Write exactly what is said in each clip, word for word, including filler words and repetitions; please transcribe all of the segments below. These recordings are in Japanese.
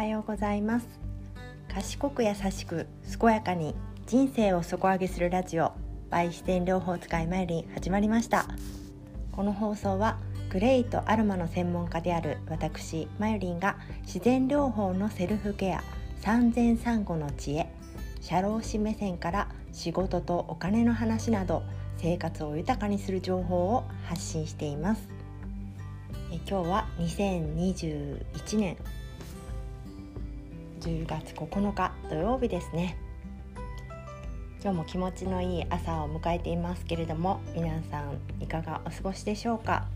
はようございます。賢く優しく健やかに人生を底上げするラジオ by 自然療法使いまゆりん始まりました。この放送はグレイとアロマの専門家である私まゆりんが自然療法のセルフケア産前産後の知恵、社労士目線から仕事とお金の話など生活を豊かにする情報を発信しています。え今日はにせんにじゅういちねんじゅうがつここのか土曜日ですね。今日も気持ちのいい朝を迎えていますけれども、皆さんいかがお過ごしでしょうか。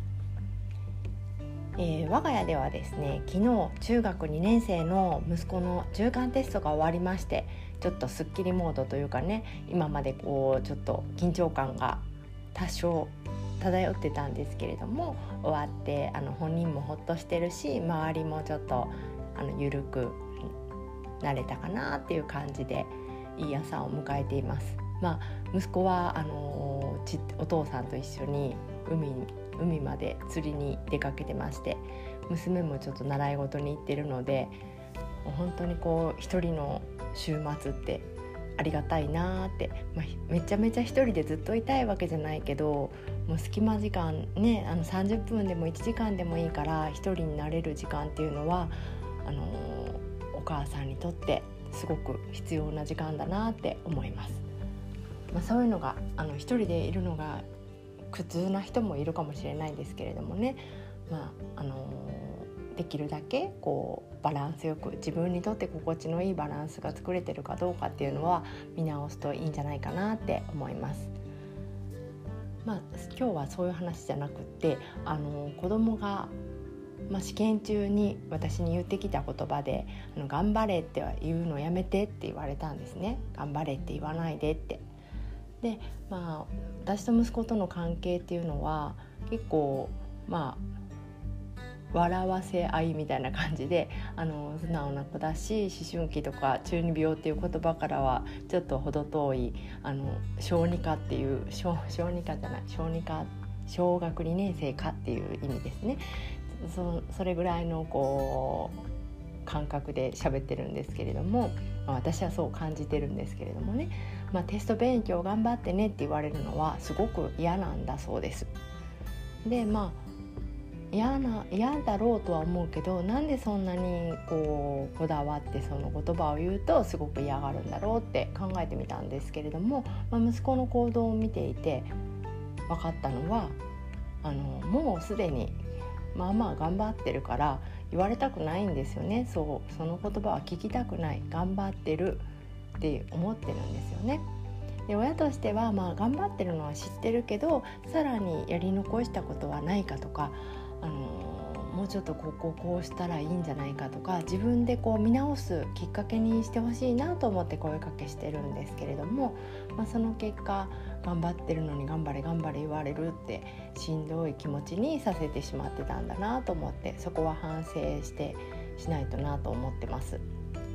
えー、我が家ではですね、昨日中学にねん生の息子の中間テストが終わりまして、ちょっとスッキリモードというかね、今までこうちょっと緊張感が多少漂ってたんですけれども、終わってあの本人もほっとしてるし、周りもちょっとあの緩くなれたかなっていう感じでいい朝を迎えています。まあ、息子はあのちお父さんと一緒に海に海まで釣りに出かけてまして、娘もちょっと習い事に行ってるので、本当にこう一人の週末ってありがたいなって、まあ、めちゃめちゃ一人でずっといたいわけじゃないけど、もう隙間時間ね、あのさんじゅっぷんでもいちじかんでもいいから一人になれる時間っていうのはあのお母さんにとってすごく必要な時間だなって思います。まあ、そういうのがあの一人でいるのが苦痛な人もいるかもしれないですけれどもね、まああのできるだけこうバランスよく自分にとって心地のいいバランスが作れてるかどうかっていうのは見直すといいんじゃないかなって思います。まあ、今日はそういう話じゃなくってあの子供が、まあ、試験中に私に言ってきた言葉であの頑張れって言うのやめてって言われたんですね。頑張れって言わないでって。で、まあ、私と息子との関係っていうのは結構まあ笑わせ合いみたいな感じで、あの素直な子だし、思春期とか中二病っていう言葉からはちょっと程遠いあの小児科っていう小、小児科じゃない小児科小学にねん生かっていう意味ですね。 そ, それぐらいのこう感覚で喋ってるんですけれども、まあ、私はそう感じてるんですけれどもね、まあ、テスト勉強頑張ってねって言われるのはすごく嫌なんだそうです。で、まあ嫌な嫌だろうとは思うけど、なんでそんなにこうこだわってその言葉を言うとすごく嫌がるんだろうって考えてみたんですけれども、まあ、息子の行動を見ていて分かったのは、あのもうすでにまあまあ頑張ってるから言われたくないんですよね。そうその言葉は聞きたくない、頑張ってるって思ってるんですよね。で、親としてはまあ頑張ってるのは知ってるけど、さらにやり残したことはないかとか、あのー、もうちょっとこここうしたらいいんじゃないかとか、自分でこう見直すきっかけにしてほしいなと思って声かけしてるんですけれども、まあ、その結果頑張ってるのに頑張れ頑張れ言われるってしんどい気持ちにさせてしまってたんだなと思って、そこは反省してしないとなと思ってます。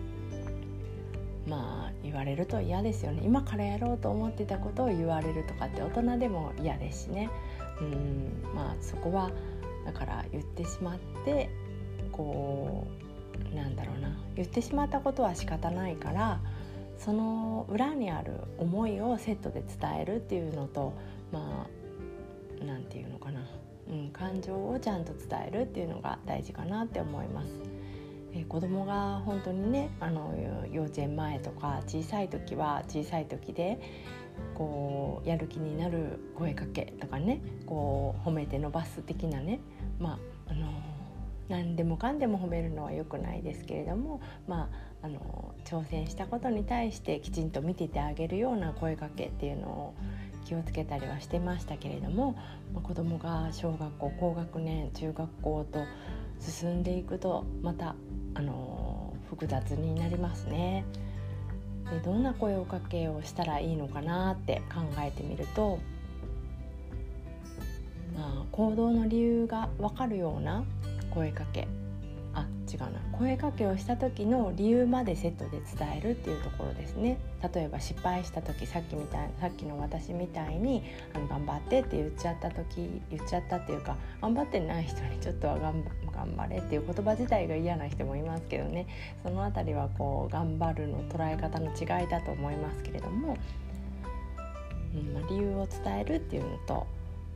まあ言われると嫌ですよね。今からやろうと思ってたことを言われるとかって大人でも嫌ですしね。うん、まあそこはだから言ってしまってこうなんだろうな言ってしまったことは仕方ないから、その裏にある思いをセットで伝えるっていうのと、まあなんていうのかな、うん、感情をちゃんと伝えるっていうのが大事かなって思います。えー、子供が本当にね、あの幼稚園前とか小さい時は小さい時でこうやる気になる声かけとかね、こう褒めて伸ばす的なね、まああの何でもかんでも褒めるのは良くないですけれども、まああの挑戦したことに対してきちんと見ててあげるような声かけっていうのを気をつけたりはしてましたけれども、まあ、子供が小学校高学年中学校と進んでいくとまたあの複雑になりますね。で、どんな声をかけをしたらいいのかなって考えてみると、まあ、行動の理由が分かるような声かけ、あ違うな声かけをした時の理由までセットで伝えるっていうところですね。例えば失敗した時さっきみたいさっきの私みたいにあの頑張ってって言っちゃった時言っちゃったっていうか頑張ってない人にちょっとは頑頑張れっていう言葉自体が嫌な人もいますけどね、そのあたりはこう頑張るの捉え方の違いだと思いますけれども、うんまあ、理由を伝えるっていうのと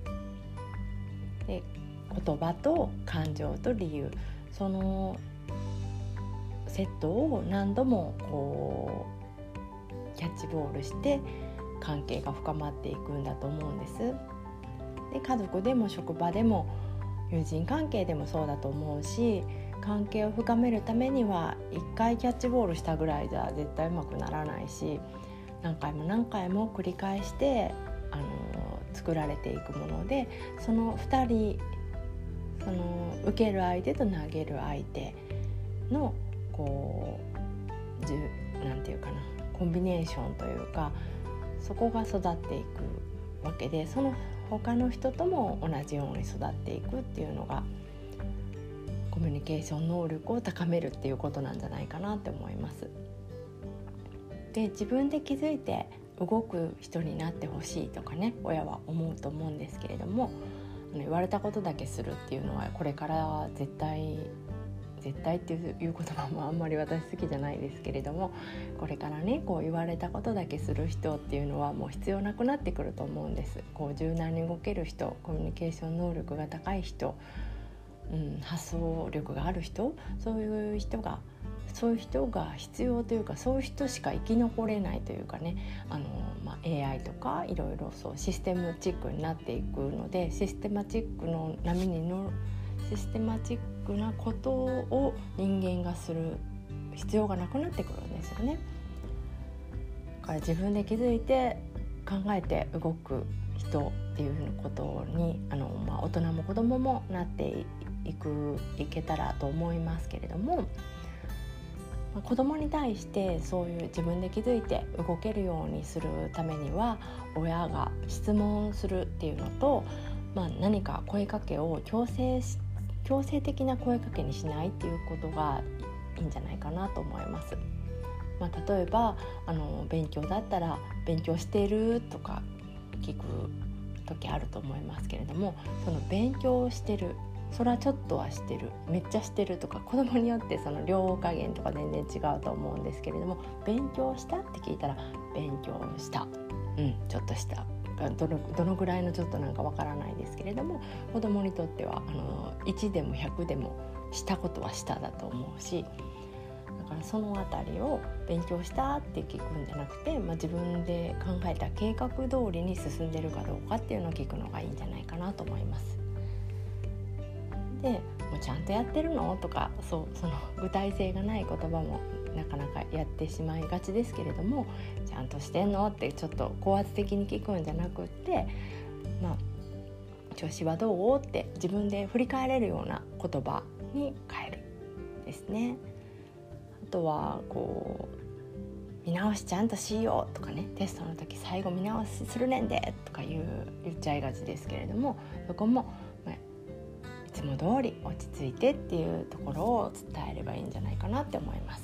で言葉と感情と理由そのセットを何度もこうキャッチボールして関係が深まっていくんだと思うんです。で家族でも職場でも友人関係でもそうだと思うし、関係を深めるためには一回キャッチボールしたぐらいじゃ絶対うまくならないし、何回も何回も繰り返してあの作られていくもので、そのふたりその受ける相手と投げる相手のこうじゅなんていうかなコンビネーションというかそこが育っていくわけで、その他の人とも同じように育っていくっていうのがコミュニケーション能力を高めるっていうことなんじゃないかなって思います。で自分で気づいて動く人になってほしいとかね親は思うと思うんですけれども、言われたことだけするっていうのはこれから絶対絶対っていう言葉もあんまり私好きじゃないですけれども、これからねこう言われたことだけする人っていうのはもう必要なくなってくると思うんです。こう柔軟に動ける人、コミュニケーション能力が高い人、うん、発想力がある人、そういう人がそういう人が必要というか、そういう人しか生き残れないというかね、あの、まあ、エーアイ とかいろいろそうシステムチックになっていくので、システマチックの波に乗るシステマチックなことを人間がする必要がなくなってくるんですよね。だから自分で気づいて考えて動く人っていうことにあの、まあ、大人も子供もなっていくいけたらと思いますけれども、子供に対してそういう自分で気づいて動けるようにするためには親が質問するっていうのと、まあ、何か声かけを強制し強制的な声かけにしないっていうことがいいんじゃないかなと思います。まあ、例えばあの勉強だったら勉強してるとか聞く時あると思いますけれども、その勉強してるそれはちょっとはしてるめっちゃしてるとか子供によってその量加減とか全然違うと思うんですけれども、勉強したって聞いたら勉強したうんちょっとしたどの、どのぐらいのちょっとなんかわからないですけれども、子供にとってはあのいちでもひゃくでもしたことはしただと思うし、だからそのあたりを勉強したって聞くんじゃなくて、まあ、自分で考えた計画通りに進んでるかどうかっていうのを聞くのがいいんじゃないかなと思います。でもうちゃんとやってるのとかそうその具体性がない言葉もなかなかやってしまいがちですけれども、ちゃんとしてんのってちょっと高圧的に聞くんじゃなくって、まあ、調子はどうって自分で振り返れるような言葉に変えるですね。あとはこう見直しちゃんとしようとかね、テストの時最後見直しするねんでとか言う言っちゃいがちですけれども、そこもいつも通り落ち着いてっていうところを伝えればいいんじゃないかなって思います。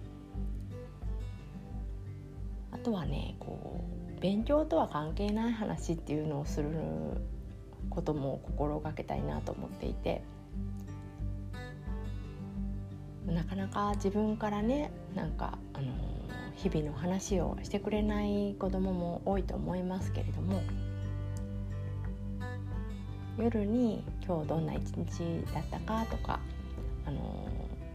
あとはねこう勉強とは関係ない話っていうのをすることも心がけたいなと思っていて、なかなか自分からねなんかあの日々の話をしてくれない子供も多いと思いますけれども、夜に今日どんな一日だったかとか、あの、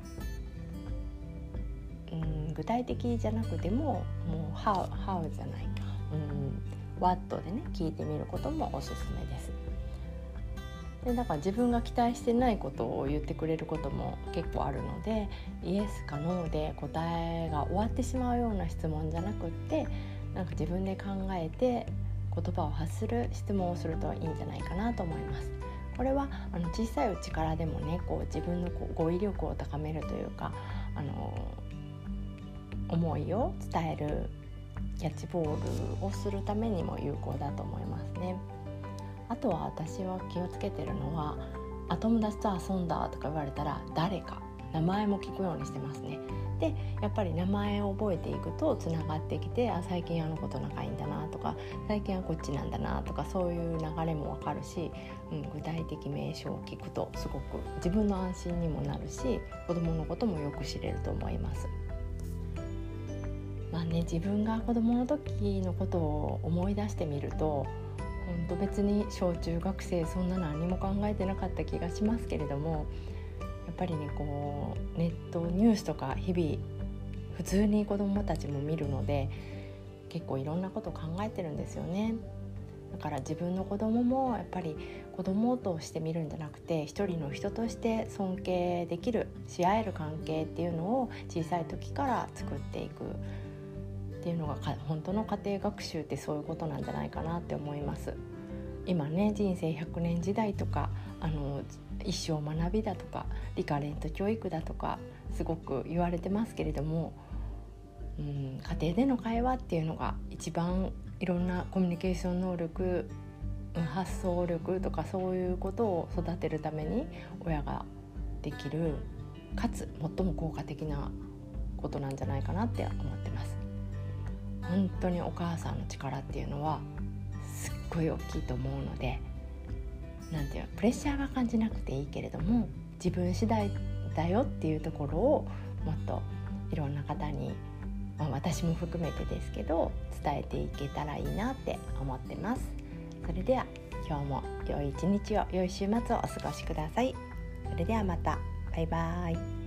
うん、具体的じゃなくてももう how, how じゃないか、うん、what でね聞いてみることもおすすめです。でだから自分が期待してないことを言ってくれることも結構あるので、イエスかノーで答えが終わってしまうような質問じゃなくって、なんか自分で考えて言葉を発する質問をするといいんじゃないかなと思います。これはあの小さいうちからでもねこう自分のこう語彙力を高めるというか、あの思いを伝えるキャッチボールをするためにも有効だと思いますね。あとは私は気をつけてるのは、あ友達と遊んだとか言われたら誰か名前も聞くようにしてますね。でやっぱり名前を覚えていくとつながってきて、あ最近あの子と仲いいんだなとか、最近はこっちなんだなとか、そういう流れもわかるし、うん、具体的名称を聞くとすごく自分の安心にもなるし、子供のこともよく知れると思います。まあね、自分が子供の時のことを思い出してみると、本当別に小中学生そんな何も考えてなかった気がしますけれども、やっぱりねこうネットニュースとか日々普通に子どもたちも見るので、結構いろんなこと考えてるんですよね。だから自分の子供もやっぱり子供として見るんじゃなくて、一人の人として尊敬できるし合える関係っていうのを小さい時から作っていくっていうのが本当の家庭学習ってそういうことなんじゃないかなって思います。今ね人生ひゃくねん時代とか、あの一生学びだとかリカレント教育だとかすごく言われてますけれども、うん、家庭での会話っていうのが一番いろんなコミュニケーション能力、発想力とかそういうことを育てるために親ができる、かつ最も効果的なことなんじゃないかなって思ってます。本当にお母さんの力っていうのはすっごい大きいと思うので、なんていうのプレッシャーは感じなくていいけれども、自分次第だよっていうところをもっといろんな方に、まあ、私も含めてですけど伝えていけたらいいなって思ってます。それでは今日も良い一日を、良い週末をお過ごしください。それではまた。バイバイ。